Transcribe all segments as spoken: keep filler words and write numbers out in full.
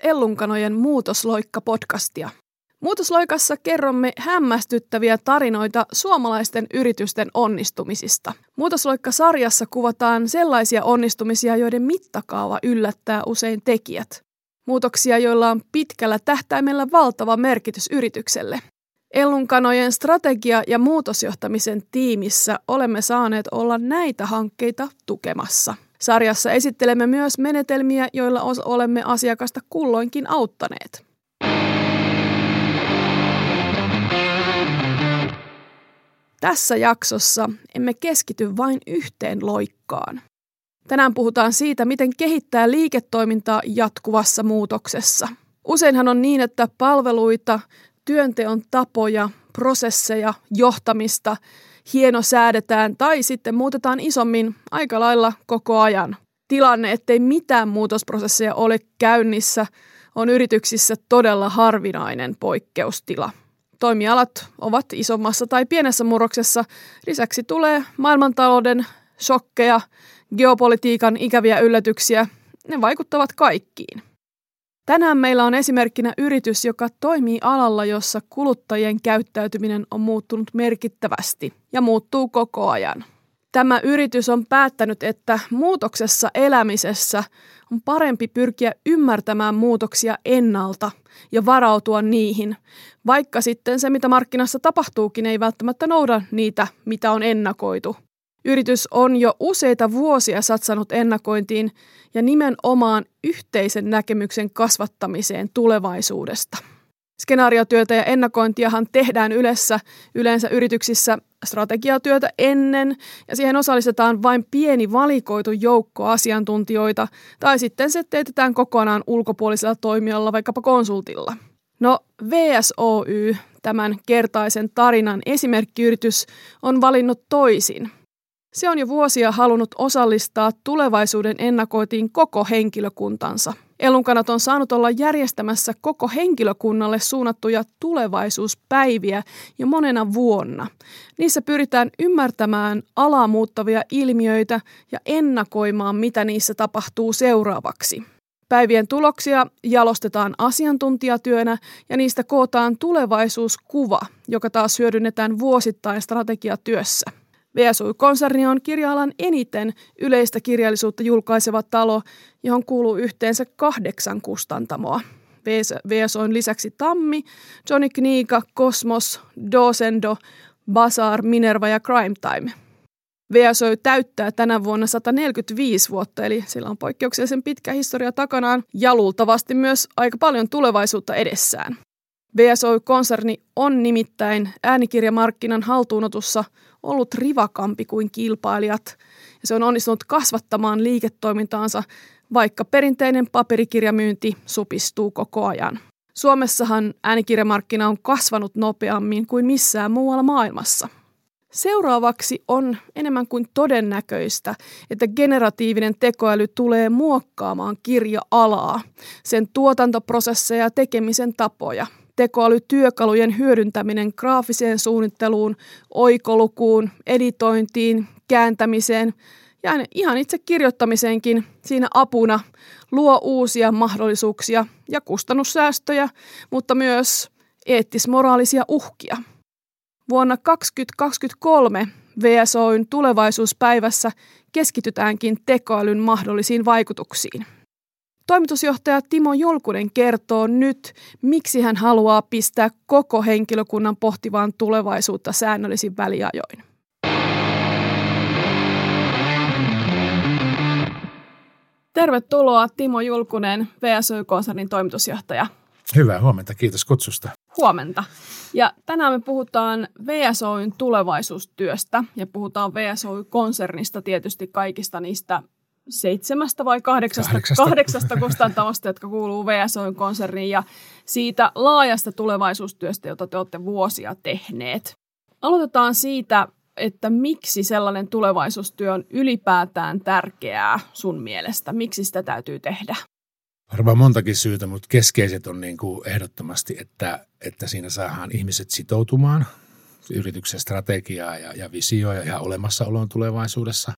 Ellunkanojen Muutosloikka-podcastia. Muutosloikassa kerromme hämmästyttäviä tarinoita suomalaisten yritysten onnistumisista. Muutosloikka-sarjassa kuvataan sellaisia onnistumisia, joiden mittakaava yllättää usein tekijät. Muutoksia, joilla on pitkällä tähtäimellä valtava merkitys yritykselle. Ellunkanojen strategia- ja muutosjohtamisen tiimissä olemme saaneet olla näitä hankkeita tukemassa. Sarjassa esittelemme myös menetelmiä, joilla olemme asiakasta kulloinkin auttaneet. Tässä jaksossa emme keskity vain yhteen loikkaan. Tänään puhutaan siitä, miten kehittää liiketoimintaa jatkuvassa muutoksessa. Useinhan on niin, että palveluita, työnteon tapoja, prosesseja, johtamista hienosäädetään tai sitten muutetaan isommin aika lailla koko ajan. Tilanne, ettei mitään muutosprosesseja ole käynnissä, on yrityksissä todella harvinainen poikkeustila. Toimialat ovat isommassa tai pienessä murroksessa. Lisäksi tulee maailmantalouden shokkeja, geopolitiikan ikäviä yllätyksiä. Ne vaikuttavat kaikkiin. Tänään meillä on esimerkkinä yritys, joka toimii alalla, jossa kuluttajien käyttäytyminen on muuttunut merkittävästi ja muuttuu koko ajan. Tämä yritys on päättänyt, että muutoksessa elämisessä on parempi pyrkiä ymmärtämään muutoksia ennalta ja varautua niihin, vaikka sitten se, mitä markkinassa tapahtuukin, ei välttämättä nouda niitä, mitä on ennakoitu. Yritys on jo useita vuosia satsannut ennakointiin ja nimenomaan yhteisen näkemyksen kasvattamiseen tulevaisuudesta. Skenaariotyötä ja ennakointiahan tehdään yleensä, yleensä yrityksissä strategiatyötä ennen ja siihen osallistetaan vain pieni valikoitu joukko asiantuntijoita tai sitten se teetetään kokonaan ulkopuolisella toimijalla, vaikkapa konsultilla. No V S Oy, tämän kertaisen tarinan esimerkkiyritys, on valinnut toisin. Se on jo vuosia halunnut osallistaa tulevaisuuden ennakointiin koko henkilökuntansa. Ellunkanat on saanut olla järjestämässä koko henkilökunnalle suunnattuja tulevaisuuspäiviä jo monena vuonna. Niissä pyritään ymmärtämään alaa muuttavia ilmiöitä ja ennakoimaan, mitä niissä tapahtuu seuraavaksi. Päivien tuloksia jalostetaan asiantuntijatyönä ja niistä kootaan tulevaisuuskuva, joka taas hyödynnetään vuosittain strategiatyössä. V S Oy-konserni on kirja-alan eniten yleistä kirjallisuutta julkaiseva talo, johon kuuluu yhteensä kahdeksan kustantamoa. V S Oyn lisäksi Tammi, Johnny Kniga, Cosmos, Dosendo, Bazaar, Minerva ja Crime Time. V S Oy täyttää tänä vuonna sata neljäkymmentäviisi vuotta, eli sillä on poikkeuksellisen pitkä historia takanaan ja luultavasti myös aika paljon tulevaisuutta edessään. V S Oy-konserni on nimittäin äänikirjamarkkinan haltuunotussa ollut rivakampi kuin kilpailijat, ja se on onnistunut kasvattamaan liiketoimintaansa, vaikka perinteinen paperikirjamyynti supistuu koko ajan. Suomessahan äänikirjamarkkina on kasvanut nopeammin kuin missään muualla maailmassa. Seuraavaksi on enemmän kuin todennäköistä, että generatiivinen tekoäly tulee muokkaamaan kirja-alaa, sen tuotantoprosesseja ja tekemisen tapoja. Tekoälytyökalujen hyödyntäminen graafiseen suunnitteluun, oikolukuun, editointiin, kääntämiseen ja ihan itse kirjoittamiseenkin siinä apuna luo uusia mahdollisuuksia ja kustannussäästöjä, mutta myös eettis-moraalisia uhkia. Vuonna kaksituhattakaksikymmentäkolme V S Oyn tulevaisuuspäivässä keskitytäänkin tekoälyn mahdollisiin vaikutuksiin. Toimitusjohtaja Timo Julkunen kertoo nyt, miksi hän haluaa pistää koko henkilökunnan pohtivaan tulevaisuutta säännöllisin väliajoin. Tervetuloa Timo Julkunen, V S Oy-konsernin toimitusjohtaja. Hyvää huomenta, kiitos kutsusta. Huomenta. Ja tänään me puhutaan V S Oyn tulevaisuustyöstä ja puhutaan V S Oy-konsernista tietysti kaikista niistä seitsemästä vai kahdeksasta, kahdeksasta. kahdeksasta kustantamosta, jotka kuuluu V S Oy-konserniin ja siitä laajasta tulevaisuustyöstä, jota te olette vuosia tehneet. Aloitetaan siitä, että miksi sellainen tulevaisuustyö on ylipäätään tärkeää sun mielestä? Miksi sitä täytyy tehdä? Varmaan montakin syytä, mutta keskeiset on niin kuin ehdottomasti, että, että siinä saadaan ihmiset sitoutumaan yrityksen strategiaa ja, ja visioa ja ihan olemassaoloon tulevaisuudessa.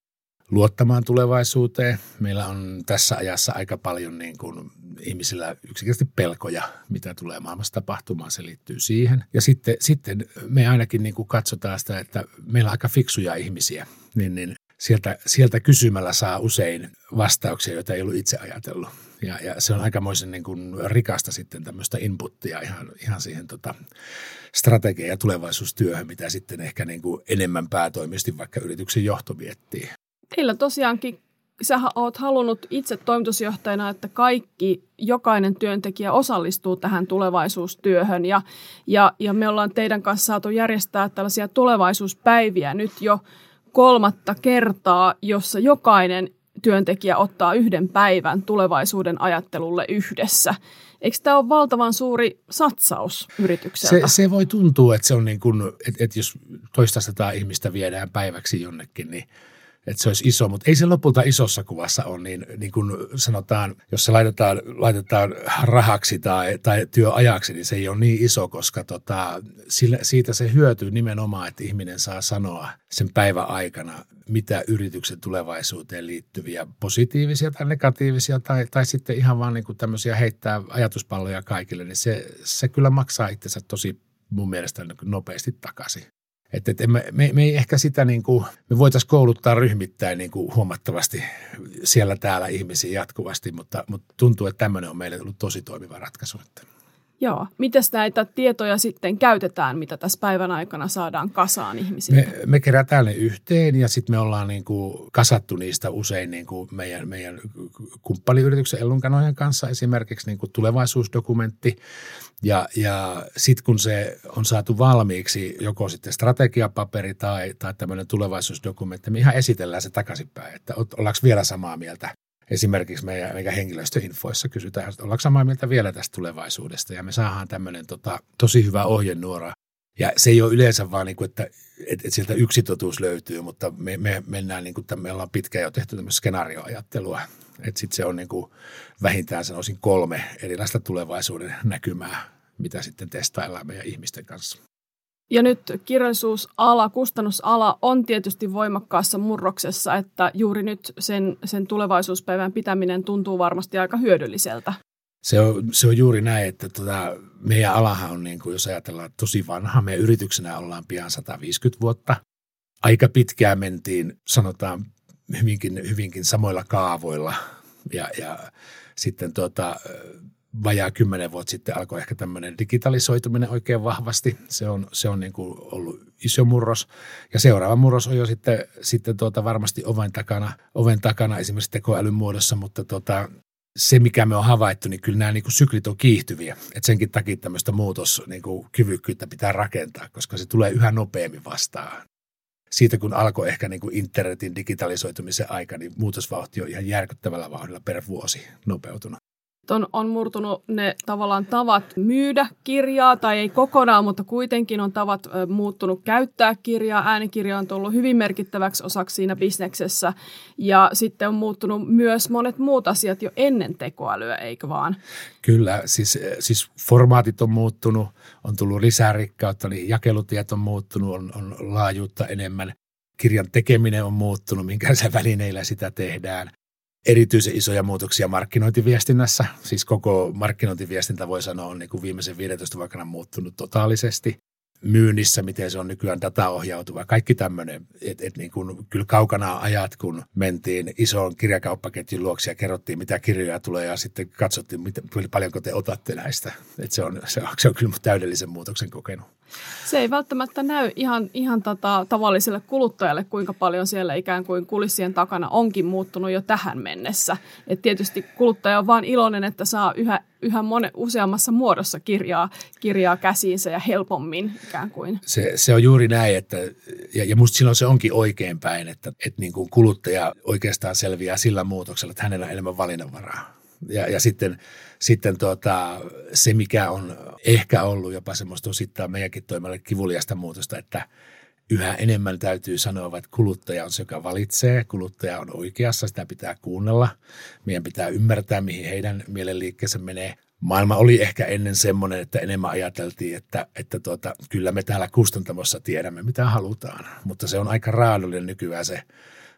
luottamaan tulevaisuuteen. Meillä on tässä ajassa aika paljon niin kuin ihmisillä yksinkertaisesti pelkoja, mitä tulee maailmassa tapahtumaan, se liittyy siihen. Ja sitten, sitten me ainakin niin kuin katsotaan sitä, että meillä on aika fiksuja ihmisiä, niin, niin sieltä, sieltä kysymällä saa usein vastauksia, joita ei ollut itse ajatellut. Ja, ja se on aikamoisen niin kuin rikasta sitten tämmöistä inputtia ihan, ihan siihen tota strategia- ja tulevaisuustyöhön, mitä sitten ehkä niin kuin enemmän päätoimisesti vaikka yrityksen johto miettii. Teillä tosiaankin, sä oot halunnut itse toimitusjohtajana, että kaikki, jokainen työntekijä osallistuu tähän tulevaisuustyöhön ja, ja, ja me ollaan teidän kanssa saatu järjestää tällaisia tulevaisuuspäiviä nyt jo kolmatta kertaa, jossa jokainen työntekijä ottaa yhden päivän tulevaisuuden ajattelulle yhdessä. Eikö tämä ole valtavan suuri satsaus yritykseltä? Se, se voi tuntua, että se on niin kuin, että, että jos toistasataa ihmistä viedään päiväksi jonnekin, niin että se olisi iso, mutta ei se lopulta isossa kuvassa ole, niin, niin kuin sanotaan, jos se laitetaan, laitetaan rahaksi tai, tai työajaksi, niin se ei ole niin iso, koska tota, sillä, siitä se hyötyy nimenomaan, että ihminen saa sanoa sen päivän aikana, mitä yrityksen tulevaisuuteen liittyviä positiivisia tai negatiivisia tai, tai sitten ihan vaan niin kuin tämmöisiä heittää ajatuspalloja kaikille, niin se, se kyllä maksaa itsensä tosi mun mielestä nopeasti takaisin. Että et me, me, me ei ehkä sitä, niin kuin, me voitaisiin kouluttaa ryhmittäin niin kuin huomattavasti siellä täällä ihmisiä jatkuvasti, mutta, mutta tuntuu, että tämmöinen on meille ollut tosi toimiva ratkaisu. Joo. Mites näitä tietoja sitten käytetään, mitä tässä päivän aikana saadaan kasaan ihmisille? Me, me kerätään ne yhteen ja sitten me ollaan niin kuin kasattu niistä usein niin kuin meidän, meidän kumppaniyrityksen Ellunkanojen kanssa esimerkiksi niin kuin tulevaisuusdokumentti. Ja, ja sitten kun se on saatu valmiiksi, joko sitten strategiapaperi tai, tai tämmöinen tulevaisuusdokumentti, me ihan esitellään se takaisinpäin, että ollaanko vielä samaa mieltä. Esimerkiksi meidän, meidän henkilöstöinfoissa kysytään, että ollaanko samaa mieltä vielä tästä tulevaisuudesta. Ja me saadaan tämmöinen tota, tosi hyvä ohjenuora. Ja se ei ole yleensä vaan, niin kuin, että, että, että sieltä yksi totuus löytyy, mutta me, me mennään, niin kuin, me ollaan pitkään jo tehty tämmöistä skenaarioajattelua. Että sitten se on niin kuin vähintään sanoisin kolme erilaista tulevaisuuden näkymää, mitä sitten testaillaan meidän ihmisten kanssa. Ja nyt kirjallisuusala, kustannusala on tietysti voimakkaassa murroksessa, että juuri nyt sen, sen tulevaisuuspäivän pitäminen tuntuu varmasti aika hyödylliseltä. Se on, se on juuri näin, että tota, meidän alahan on, niin kuin, jos ajatellaan, tosi vanha. Meidän yrityksenä ollaan pian sata viisikymmentä vuotta. Aika pitkään mentiin, sanotaan, hyvinkin, hyvinkin samoilla kaavoilla. Ja, ja sitten tuota, vajaa kymmenen vuotta sitten alkoi ehkä tämmöinen digitalisoituminen oikein vahvasti. Se on, se on niin kuin ollut iso murros. Ja seuraava murros on jo sitten, sitten tuota varmasti oven takana, oven takana esimerkiksi tekoälyn muodossa, mutta tuota, se, mikä me on havaittu, niin kyllä nämä niin kuin syklit on kiihtyviä. Että senkin takia tämmöistä muutoskyvykkyyttä pitää rakentaa, koska se tulee yhä nopeammin vastaan. Siitä kun alkoi ehkä niin kuin internetin digitalisoitumisen aika, niin muutosvauhti on ihan järkyttävällä vauhdilla per vuosi nopeutunut. On, on murtunut ne tavallaan tavat myydä kirjaa, tai ei kokonaan, mutta kuitenkin on tavat ö, muuttunut käyttää kirjaa. Äänikirja on tullut hyvin merkittäväksi osaksi siinä bisneksessä, ja sitten on muuttunut myös monet muut asiat jo ennen tekoälyä, eikö vaan? Kyllä, siis, siis formaatit on muuttunut, on tullut lisää rikkautta, niin jakelutiet on muuttunut, on, on laajuutta enemmän. Kirjan tekeminen on muuttunut, minkälaisilla välineillä sitä tehdään. Erityisen isoja muutoksia markkinointiviestinnässä, siis koko markkinointiviestintä voi sanoa on niin kuin viimeisen viidentoista vuoden aikana muuttunut totaalisesti. Myynnissä, miten se on nykyään dataohjautuva, kaikki tämmöinen, että et niin kuin kyllä kaukana ajat, kun mentiin isoon kirjakauppaketjun luokse ja kerrottiin, mitä kirjoja tulee ja sitten katsottiin, miten, paljonko te otatte näistä. Että se on, se, on, se on kyllä täydellisen muutoksen kokenut. Se ei välttämättä näy ihan, ihan tota, tavalliselle kuluttajalle, kuinka paljon siellä ikään kuin kulissien takana onkin muuttunut jo tähän mennessä. Et tietysti kuluttaja on vaan iloinen, että saa yhä, yhä mone, useammassa muodossa kirjaa, kirjaa käsiinsä ja helpommin ikään kuin. Se, se on juuri näin, että, ja, ja musta silloin se onkin oikein päin, että, että niin kuin kuluttaja oikeastaan selviää sillä muutoksella, että hänellä on enemmän valinnanvaraa. Ja, ja sitten, sitten tuota, se, mikä on ehkä ollut jopa semmoista osittain meidänkin toimialle kivuliasta muutosta, että yhä enemmän täytyy sanoa, että kuluttaja on se, joka valitsee. Kuluttaja on oikeassa, sitä pitää kuunnella. Meidän pitää ymmärtää, mihin heidän mielenliikkeensä menee. Maailma oli ehkä ennen semmoinen, että enemmän ajateltiin, että, että tuota, kyllä me täällä kustantamossa tiedämme, mitä halutaan. Mutta se on aika raadollinen nykyään se,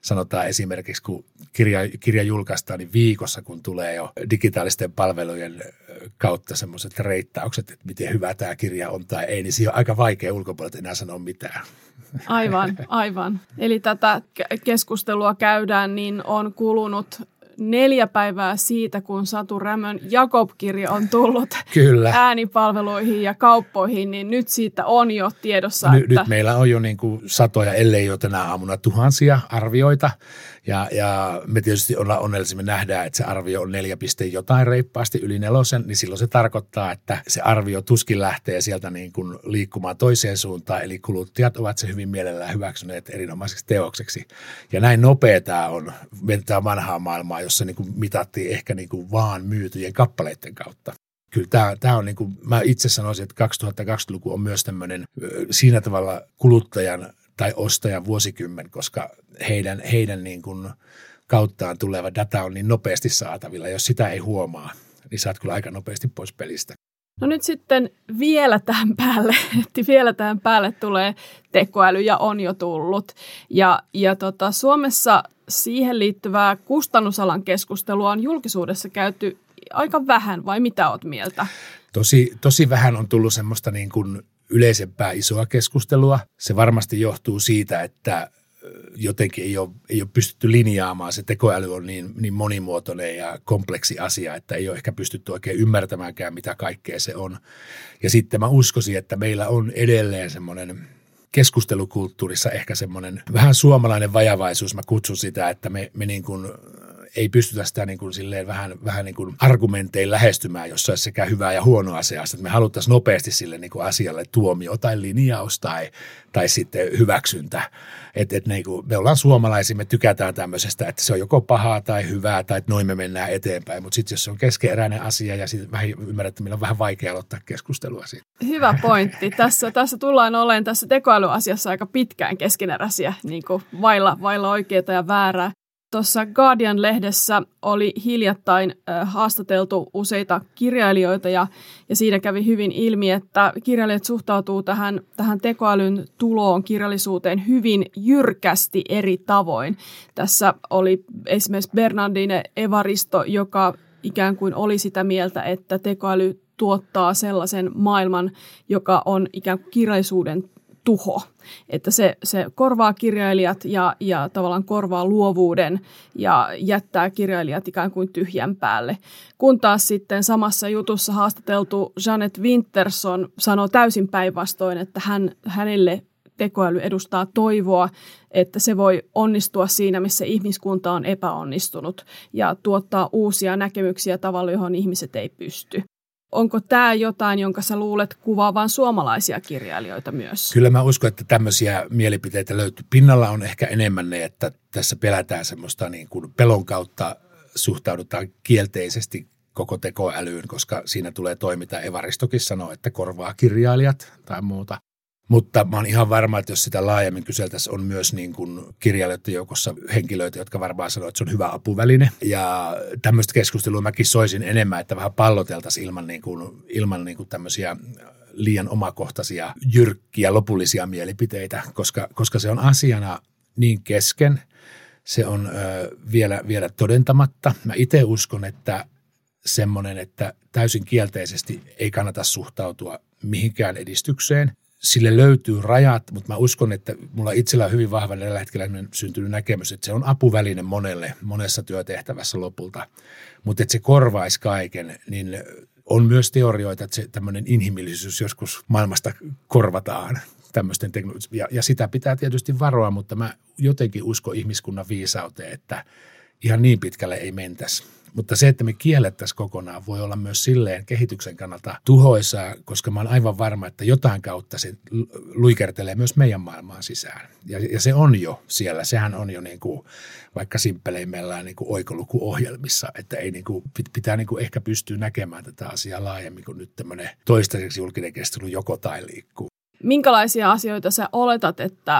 sanotaan esimerkiksi, kun kirja, kirja julkaistaan, niin viikossa, kun tulee jo digitaalisten palvelujen kautta semmoiset reittaukset, että miten hyvä tämä kirja on tai ei, niin siinä on aika vaikea ulkopuolelta enää sanoa mitään. Aivan, aivan. Eli tätä keskustelua käydään, niin on kulunut neljä päivää siitä, kun Satu Rämön Jakob-kirja on tullut Kyllä. äänipalveluihin ja kauppoihin, niin nyt siitä on jo tiedossa. Ny, että... Nyt meillä on jo niin kuin satoja, ellei jo tänä aamuna tuhansia arvioita. Ja, ja me tietysti ollaan onnellisia, me nähdään, että se arvio on neljä piste jotain reippaasti yli nelosen, niin silloin se tarkoittaa, että se arvio tuskin lähtee sieltä niin kuin liikkumaan toiseen suuntaan, eli kuluttajat ovat se hyvin mielellään hyväksyneet erinomaiseksi teokseksi. Ja näin nopea tämä on, tämä vanhaa maailmaa, jossa niin kuin mitattiin ehkä niin kuin vaan myytyjen kappaleiden kautta. Kyllä tämä, tämä on niin kuin, mä itse sanoisin, että kaksituhattakaksikymmentäluku on myös tämmöinen siinä tavalla kuluttajan tai ostajan vuosikymmen, koska heidän, heidän niin kuin kauttaan tuleva data on niin nopeasti saatavilla. Jos sitä ei huomaa, niin saat kyllä aika nopeasti pois pelistä. No nyt sitten vielä tähän päälle, että vielä tähän päälle tulee tekoäly ja on jo tullut. Ja, ja tota, Suomessa siihen liittyvää kustannusalan keskustelua on julkisuudessa käyty aika vähän, vai mitä oot mieltä? Tosi, tosi vähän on tullut semmoista niin kuin yleisempää isoa keskustelua. Se varmasti johtuu siitä, että jotenkin ei ole, ei ole pystytty linjaamaan. Se tekoäly on niin, niin monimuotoinen ja kompleksi asia, että ei ole ehkä pystytty oikein ymmärtämäänkään, mitä kaikkea se on. Ja sitten mä uskoisin, että meillä on edelleen semmoinen keskustelukulttuurissa ehkä semmoinen vähän suomalainen vajavaisuus. Mä kutsun sitä, että me, me niin kuin ei pystytä sitä niin kuin silleen vähän, vähän niin kuin argumentein lähestymään, jossa olisi sekä hyvää ja huonoa asiasta. Me haluttaisiin nopeasti sille niin kuin asialle tuomio tai linjaus tai, tai sitten hyväksyntä. Et, et niin kuin me ollaan suomalaisia, me tykätään tämmöisestä, että se on joko pahaa tai hyvää tai että noin me mennään eteenpäin. Mutta sitten jos se on keskeeräinen asia ja sitten vähän ymmärrät, meillä on vähän vaikea aloittaa keskustelua siitä. Hyvä pointti. Tässä, tässä tullaan olemaan tässä tekoälyasiassa aika pitkään keskeneräisiä, niin kuin vailla, vailla oikeaa ja väärää. Tuossa Guardian-lehdessä oli hiljattain äh, haastateltu useita kirjailijoita ja, ja siinä kävi hyvin ilmi, että kirjailijat suhtautuu tähän, tähän tekoälyn tuloon, kirjallisuuteen hyvin jyrkästi eri tavoin. Tässä oli esimerkiksi Bernardine Evaristo, joka ikään kuin oli sitä mieltä, että tekoäly tuottaa sellaisen maailman, joka on ikään kuin kirjallisuuden tuho. Että se, se korvaa kirjailijat ja, ja tavallaan korvaa luovuuden ja jättää kirjailijat ikään kuin tyhjän päälle. Kun taas sitten samassa jutussa haastateltu Jeanette Winterson sanoo täysin päinvastoin, että hän, hänelle tekoäly edustaa toivoa, että se voi onnistua siinä, missä ihmiskunta on epäonnistunut ja tuottaa uusia näkemyksiä tavalla, johon ihmiset ei pysty. Onko tämä jotain, jonka sä luulet kuvaavan suomalaisia kirjailijoita myös? Kyllä mä uskon, että tämmöisiä mielipiteitä löytyy. Pinnalla on ehkä enemmän ne, että tässä pelätään semmoista niin kuin pelon kautta suhtaudutaan kielteisesti koko tekoälyyn, koska siinä tulee toimita. Evaristokin sanoo, että korvaa kirjailijat tai muuta. Mutta mä oon ihan varma, että jos sitä laajemmin kyseltäisiin, on myös niin kuin kirjailijoiden joukossa henkilöitä, jotka varmaan sanoo, että se on hyvä apuväline. Ja tämmöistä keskustelua mäkin soisin enemmän, että vähän palloteltaisiin ilman, niin kuin, ilman niin kuin tämmöisiä liian omakohtaisia, jyrkkiä, lopullisia mielipiteitä, koska, koska se on asiana niin kesken. Se on ö, vielä, vielä todentamatta. Mä itse uskon, että semmoinen, että täysin kielteisesti ei kannata suhtautua mihinkään edistykseen. Sille löytyy rajat, mutta mä uskon, että mulla itsellä on hyvin vahva tällä hetkellä syntynyt näkemys, että se on apuväline monelle, monessa työtehtävässä lopulta. Mutta että se korvaisi kaiken, niin on myös teorioita, että se tämmöinen inhimillisyys joskus maailmasta korvataan tämmöisten teknologi- ja, ja sitä pitää tietysti varoa, mutta mä jotenkin uskon ihmiskunnan viisauteen, että ihan niin pitkälle ei mentäisi. Mutta se, että me kiellettäisiin kokonaan, voi olla myös silleen kehityksen kannalta tuhoisaa, koska mä oon aivan varma, että jotain kautta se luikertelee myös meidän maailmaan sisään. Ja, ja se on jo siellä. Sehän on jo niin kuin, vaikka simpeleimmillään niin kuin oikolukuohjelmissa, että ei niin kuin, pitää niin kuin ehkä pystyä näkemään tätä asiaa laajemmin kuin nyt tämmöinen toistaiseksi julkinen keskustelu joko tai liikkuu. Minkälaisia asioita sä oletat, että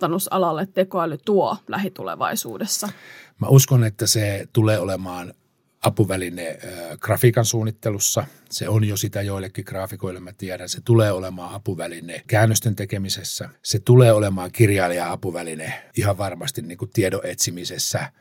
kustannusalalle tekoäly tuo lähitulevaisuudessa? Mä uskon, että se tulee olemaan apuväline äh, grafiikan suunnittelussa. Se on jo sitä joillekin graafikoille, mä tiedän. Se tulee olemaan apuväline käännösten tekemisessä. Se tulee olemaan kirjailija-apuväline ihan varmasti niin kuin tiedon etsimisessä, äh,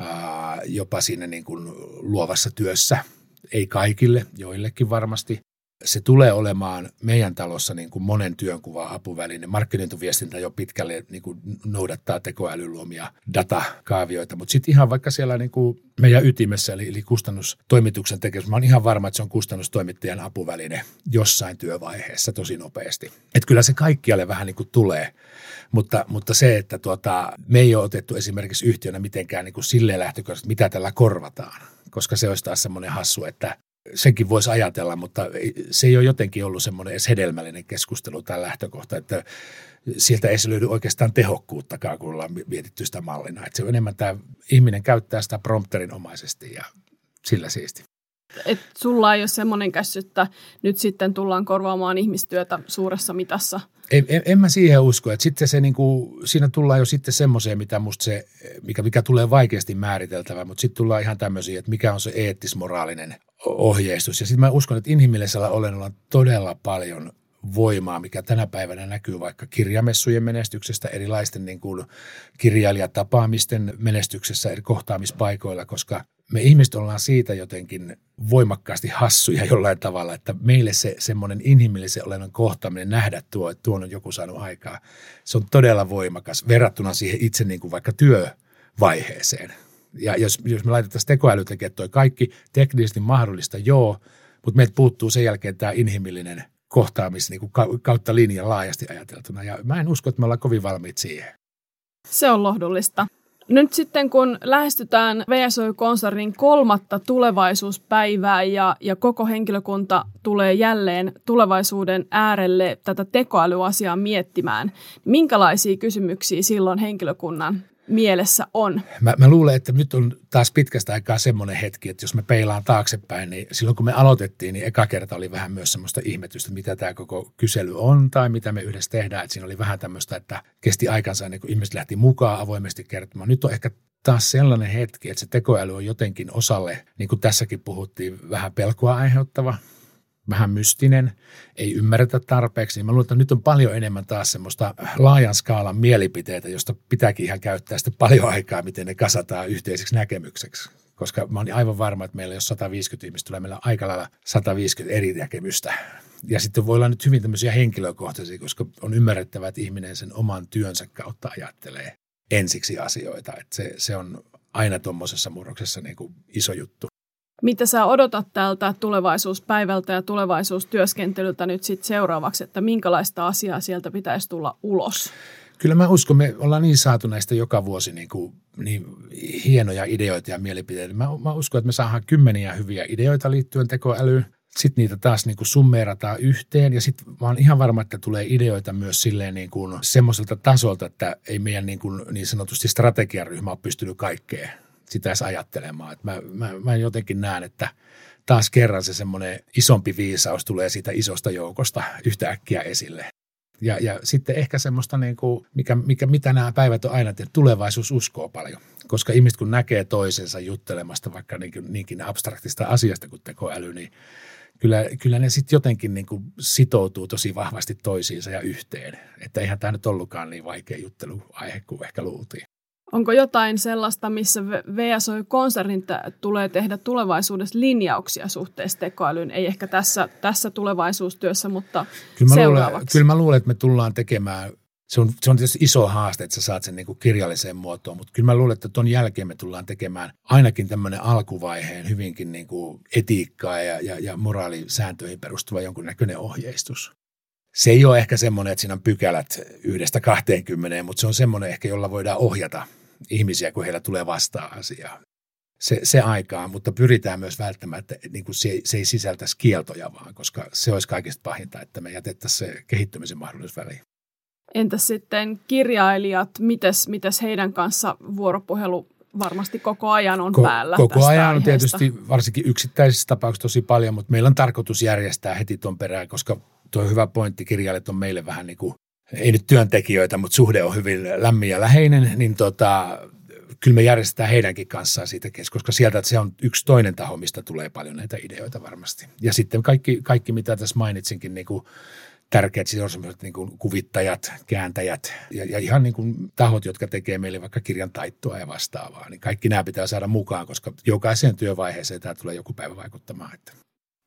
jopa siinä niin kuin luovassa työssä. Ei kaikille, joillekin varmasti. Se tulee olemaan meidän talossa niin kuin monen työnkuvan apuväline. Markkinointiviestintä jo pitkälle niin kuin noudattaa tekoälyn luomia datakaavioita, mutta sitten ihan vaikka siellä niin kuin meidän ytimessä, eli, eli kustannustoimituksen tekemisessä, mä oon ihan varma, että se on kustannustoimittajan apuväline jossain työvaiheessa tosi nopeasti. Että kyllä se kaikkialle vähän niin kuin tulee, mutta, mutta se, että tuota, me ei ole otettu esimerkiksi yhtiönä mitenkään niin kuin silleen lähtökohtaisesti, mitä tällä korvataan, koska se olisi taas semmoinen hassu, että senkin voisi ajatella, mutta se ei ole jotenkin ollut semmoinen edes hedelmällinen keskustelu tai lähtökohta, että sieltä ei se löydy oikeastaan tehokkuuttakaan, kun ollaan mietitty sitä mallina. Että se on enemmän tämä ihminen käyttää sitä prompterinomaisesti ja sillä siisti. Et sulla ei ole semmoinen käsitys, että nyt sitten tullaan korvaamaan ihmistyötä suuressa mitassa. En, en, en mä siihen usko, että sitten se niinku, siinä tullaan jo sitten semmoiseen, mitä musta se, mikä, mikä tulee vaikeasti määriteltävä, mutta sitten tullaan ihan tämmöisiä, että mikä on se eettis-moraalinen ohjeistus. Ja sitten mä uskon, että inhimillisellä olennolla on todella paljon voimaa, mikä tänä päivänä näkyy vaikka kirjamessujen menestyksestä, erilaisten niin kuin kirjailijatapaamisten menestyksessä eri kohtaamispaikoilla, koska me ihmiset ollaan siitä jotenkin voimakkaasti hassuja jollain tavalla, että meille se semmoinen inhimillisen olennon kohtaaminen, nähdä tuo, että tuon on joku saanut aikaa, se on todella voimakas verrattuna siihen itse niin kuin vaikka työvaiheeseen. Ja jos, jos me laitettaisiin tekoäly tekemään toi kaikki teknisesti mahdollista, joo, mutta meiltä puuttuu sen jälkeen tämä inhimillinen kohtaamis niin kuin kautta linjan laajasti ajateltuna. Ja mä en usko, että me ollaan kovin valmiit siihen. Se on lohdullista. Nyt sitten kun lähestytään V S O-konsernin kolmatta tulevaisuuspäivää ja, ja koko henkilökunta tulee jälleen tulevaisuuden äärelle tätä tekoälyasiaa miettimään, minkälaisia kysymyksiä silloin henkilökunnan mielessä on? Mä, mä luulen, että nyt on taas pitkästä aikaa semmoinen hetki, että jos me peilaan taaksepäin, niin silloin kun me aloitettiin, niin eka kerta oli vähän myös semmoista ihmetystä, mitä tämä koko kysely on tai mitä me yhdessä tehdään. Että siinä oli vähän tämmöistä, että kesti aikansa ennen kuin ihmiset lähti mukaan avoimesti kertomaan. Nyt on ehkä taas sellainen hetki, että se tekoäly on jotenkin osalle, niin kuin tässäkin puhuttiin, vähän pelkoa aiheuttava, vähän mystinen, ei ymmärretä tarpeeksi, niin mä luulen, että nyt on paljon enemmän taas semmoista laajan skaalan mielipiteitä, josta pitääkin ihan käyttää sitten paljon aikaa, miten ne kasataan yhteiseksi näkemykseksi. Koska mä oon aivan varma, että meillä jos sata viisikymmentä ihmistä tulee, meillä on aika lailla sata viisikymmentä eri näkemystä. Ja sitten voi olla nyt hyvin tämmöisiä henkilökohtaisia, koska on ymmärrettävää, että ihminen sen oman työnsä kautta ajattelee ensiksi asioita. Että se, se on aina tuommoisessa murroksessa niin kuin iso juttu. Mitä sä odotat tältä tulevaisuuspäivältä ja tulevaisuustyöskentelyltä nyt sitten seuraavaksi, että minkälaista asiaa sieltä pitäisi tulla ulos? Kyllä mä uskon, me ollaan niin saatu näistä joka vuosi niin, kuin, niin hienoja ideoita ja mielipiteitä. Mä, mä uskon, että me saadaan kymmeniä hyviä ideoita liittyen tekoälyyn. Sitten niitä taas niin kuin summeerataan yhteen ja sitten mä oon ihan varma, että tulee ideoita myös silleen niin kuin semmoiselta tasolta, että ei meidän niin, kuin niin sanotusti strategiaryhmä ole pystynyt kaikkeen sitä edes ajattelemaan. Että mä, mä, mä jotenkin näen, että taas kerran se semmoinen isompi viisaus tulee siitä isosta joukosta yhtäkkiä esille. Ja, ja sitten ehkä semmoista, niin kuin, mikä, mikä, mitä nämä päivät on aina, että tulevaisuus uskoo paljon. Koska ihmiset kun näkee toisensa juttelemasta vaikka niinkin, niinkin abstraktista asiasta kuin tekoäly, niin kyllä, kyllä ne sitten jotenkin niin kuin sitoutuu tosi vahvasti toisiinsa ja yhteen. Että eihän tämä nyt ollutkaan niin vaikea jutteluaihe kuin ehkä luultiin. Onko jotain sellaista, missä V S O-konsernin tulee tehdä tulevaisuudessa linjauksia suhteessa tekoälyyn? Ei ehkä tässä, tässä tulevaisuustyössä, mutta kyllä seuraavaksi. Luulen, kyllä mä luulen, että me tullaan tekemään, se on, se on tietysti iso haaste, että sä saat sen niin kuin kirjalliseen muotoon, mutta kyllä mä luulen, että ton jälkeen me tullaan tekemään ainakin tämmöinen alkuvaiheen hyvinkin niin kuin etiikkaa ja, ja, ja moraalisääntöihin perustuva jonkunnäköinen ohjeistus. Se ei ole ehkä semmoinen, että siinä on pykälät yhdestä kahteenkymmeneen, mutta se on semmoinen ehkä, jolla voidaan ohjata ihmisiä, kun heillä tulee vastaan asiaa. Se, se aikaa, mutta pyritään myös välttämään, että niin kuin se, se ei sisältäisi kieltoja vaan, koska se olisi kaikista pahinta, että me jätettäisiin se kehittymisen mahdollisuus väliin. Entäs sitten kirjailijat, mites, mites heidän kanssa vuoropuhelu varmasti koko ajan on Ko- päällä Koko tästä ajan on aiheesta. Tietysti varsinkin yksittäisissä tapauksissa tosi paljon, mutta meillä on tarkoitus järjestää heti tuon perään, koska tuo hyvä pointti, kirjailijat on meille vähän niin kuin, ei nyt työntekijöitä, mutta suhde on hyvin lämmin ja läheinen, niin tota, kyllä me järjestetään heidänkin kanssaan siitä keskustelua, koska sieltä että se on yksi toinen taho, mistä tulee paljon näitä ideoita varmasti. Ja sitten kaikki, kaikki mitä tässä mainitsinkin, niin kuin tärkeät, siis on sellaiset niin kuin kuvittajat, kääntäjät ja, ja ihan niin kuin tahot, jotka tekee meille vaikka kirjan taittoa ja vastaavaa, niin kaikki nämä pitää saada mukaan, koska jokaiseen työvaiheeseen tämä tulee joku päivä vaikuttamaan. Että.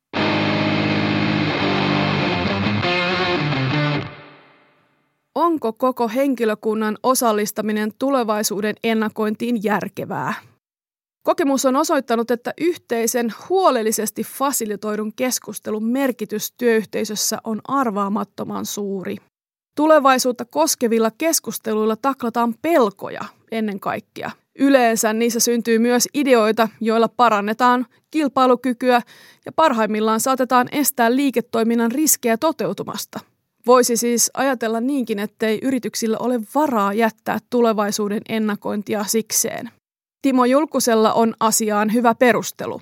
Onko koko henkilökunnan osallistaminen tulevaisuuden ennakointiin järkevää? Kokemus on osoittanut, että yhteisen huolellisesti fasilitoidun keskustelun merkitys työyhteisössä on arvaamattoman suuri. Tulevaisuutta koskevilla keskusteluilla taklataan pelkoja ennen kaikkea. Yleensä niissä syntyy myös ideoita, joilla parannetaan kilpailukykyä ja parhaimmillaan saatetaan estää liiketoiminnan riskejä toteutumasta. Voisi siis ajatella niinkin, ettei yrityksillä ole varaa jättää tulevaisuuden ennakointia sikseen. Timo Julkusella on asiaan hyvä perustelu.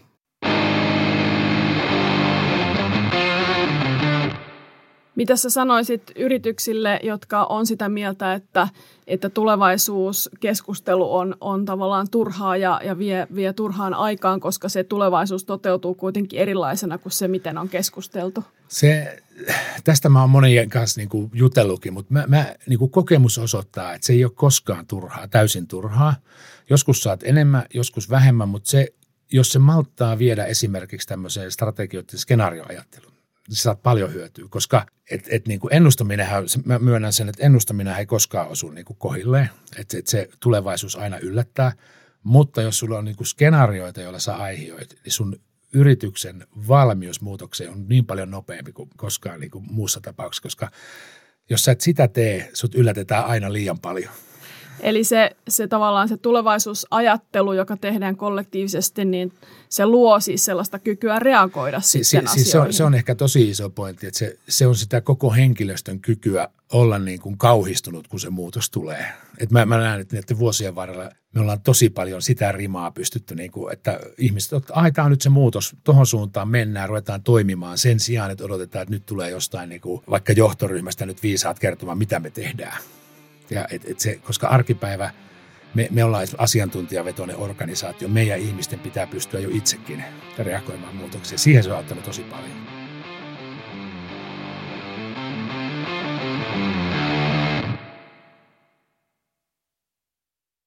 Mitä sä sanoisit yrityksille, jotka on sitä mieltä, että, että tulevaisuuskeskustelu on, on tavallaan turhaa ja, ja vie, vie turhaan aikaan, koska se tulevaisuus toteutuu kuitenkin erilaisena kuin se, miten on keskusteltu? Se, tästä mä oon monien kanssa niin kuin jutellutkin, mutta mä, mä, niin kuin kokemus osoittaa, että se ei ole koskaan turhaa, täysin turhaa. Joskus saat enemmän, joskus vähemmän, mutta se, jos se malttaa viedä esimerkiksi tämmöiseen strategioiden skenaarioajatteluun, niin saat paljon hyötyä, koska et, et niin kuin ennustaminenhän, mä myönnän sen, että ennustaminen ei koskaan osu niin kuin kohilleen, että et se tulevaisuus aina yllättää, mutta jos sulla on niin kuin skenaarioita, joilla sä aihioit, niin sun yrityksen valmius muutokseen on niin paljon nopeampi kuin koskaan niin kuin muussa tapauksessa, koska jos sä et sitä tee, sut yllätetään aina liian paljon. Eli se, se tavallaan se tulevaisuusajattelu, joka tehdään kollektiivisesti, niin se luo siis sellaista kykyä reagoida si, sitten si, asioihin. Se on, se on ehkä tosi iso pointti, että se, se on sitä koko henkilöstön kykyä olla niin kuin kauhistunut, kun se muutos tulee. Et mä, mä näen, että näiden vuosien varrella me ollaan tosi paljon sitä rimaa pystytty, niin kuin, että ihmiset, että tämä on nyt se muutos, tuohon suuntaan mennään, ruvetaan toimimaan sen sijaan, että odotetaan, että nyt tulee jostain niin kuin, vaikka johtoryhmästä nyt viisaat kertomaan, mitä me tehdään. Ja et, et se, koska arkipäivä, me, me ollaan asiantuntijavetoinen organisaatio, meidän ihmisten pitää pystyä jo itsekin reagoimaan muutoksiin. Siihen se on auttanut tosi paljon.